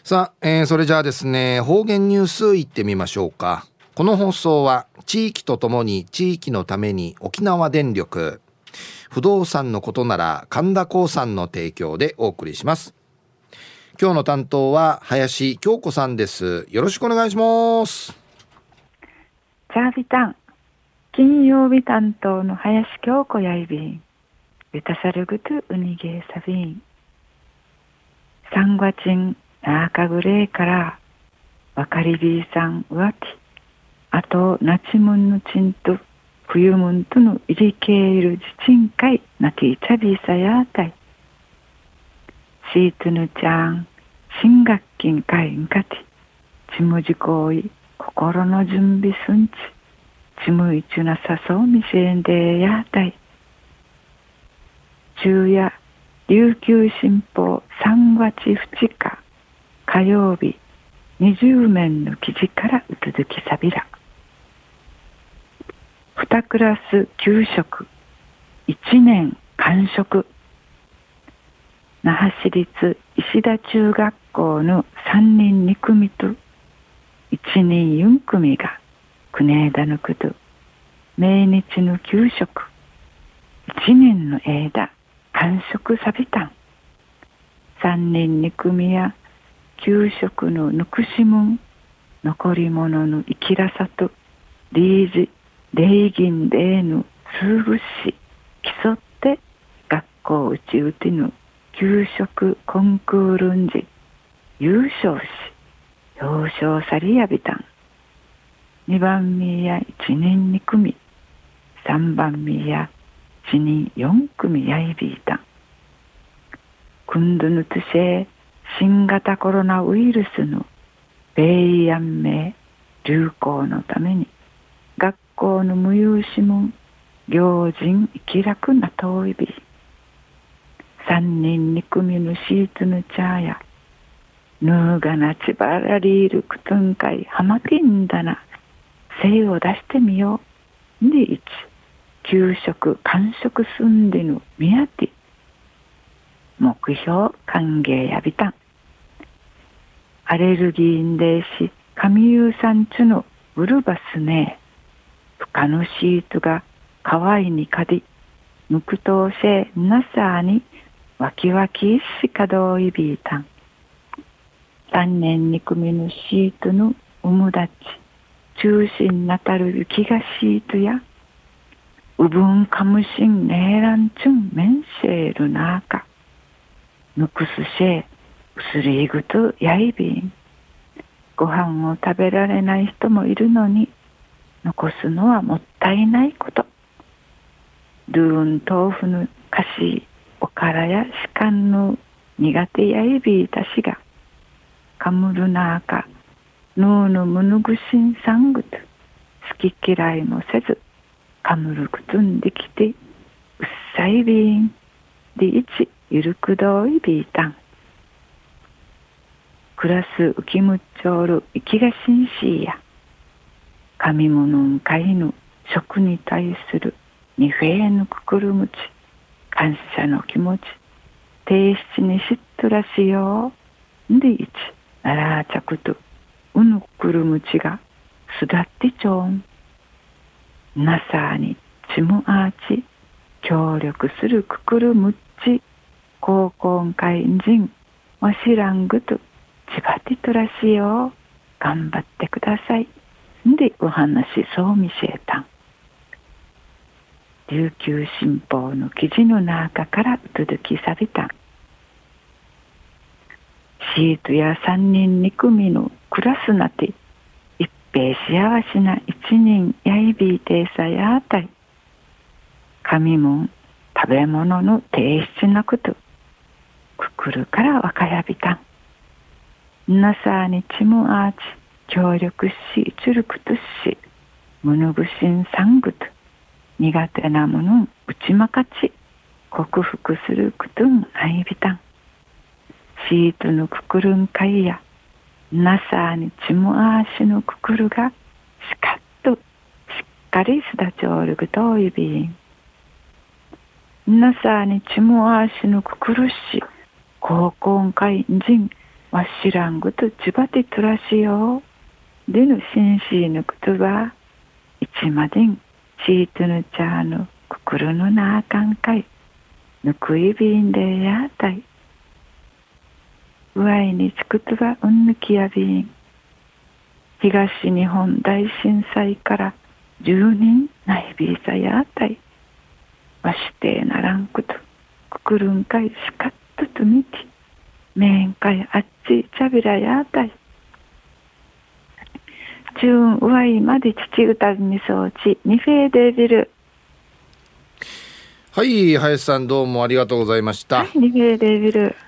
さあ、それじゃあですね、方言ニュースいってみましょうか。この放送は地域とともに地域のために沖縄電力、不動産のことなら神田興産の提供でお送りします。今日の担当は林京子さんです。よろしくお願いします。 チャービタン金曜日担当の林京子やいびんゆたさるぐとうにげさびんサンガチンナーカグレーからわかりびーさんうわきあとなちむんのちんと冬むんとのいりけいるじちんかいなきいちゃびーさやたいシートヌちゃん新学期んかいんかてちむじこい心の準備すんちちむいちゅなさそうみせんでやたい昼夜琉球新報3月2日火曜日20面の記事からうつづきさびら2クラス給食1年完食那覇市立石田中学校の3人2組と1人4組が国枝のくど命日の給食1年の間完食さびたん3人2組や給食のぬくしむん残り物の生きらさとリージ礼儀での数物し競って学校うちうちの給食コンクールんじ優勝し表彰されやびたん2番目や1人2組3番目や1人4組やいびいたんくんどぬつせ新型コロナウイルスの米やん名流行のために学校の無有しむ行人生き楽なといび3人2組のシーツのチャーやぬーがなちばらりいるくとんかいはまきんだな精を出してみようで1給食完食すんでのみやて目標歓迎やびたんアレルギーんでし神優さんちゅのウルバスねふかのシートがかわいにかdiぬくとうせなさにわきわきしかどいびいたん3年2組のシートのうむだち中心なたる雪がシートやうぶんかむしんねえらんちゅんめんせーるなかぬくすせうすりいぐとやいびんご飯を食べられない人もいるのに残すのはもったいないことルーン豆腐のかしおからやしかんの苦手やいびいたしがかむるなあかぬーのむぬぐしんさんぐと好き嫌いもせずかむるくつんできてうっさいびんでいちゆるくどいびいたんクラスうきむっちょるいきがしんしいやかみものんかいぬ食に対するにふえぬくくるむち感謝の気持ち提出にしっとらしようでいちならちゃくとうぬくるむちがすだってちょんなさにちむあち協力するくくるむっち高校会人わしらんぐとちばってとらしよう頑張ってくださいでお話そう見せたん琉球新報の記事の中から続きさびたんシートや3人2組のクラスなて一平幸せな一人やいびいてさやあたい紙もん食べ物の提出なことくくるからわかやびたんなさにちむあち協力しちゅるくとしむぬぐしんさんぐと苦手なものうちまかち克服するくとんあいびたんシートのくくるんかいやなさにちむあしのくくるがしかっとしっかりすだちょうるぐといびんなさにちむあしのくくるし高校会人わしらんぐとちばてとらしよう。でぬしんしぬくとば、いちまでんしーとぬちゃぬくくるぬなあかんかい。ぬくいびんでやたい。うわいにちくとばうんぬきやびん。東日本大震災から10年ないびいさやたい。わしてならんくとくくるんかいしかっととみて。めんかいあっちちゃびらやたい。チューンうわいまで父歌みそうちにフェーデビル。 はい、林さんどうもありがとうございました。 はい、にフェーデビル。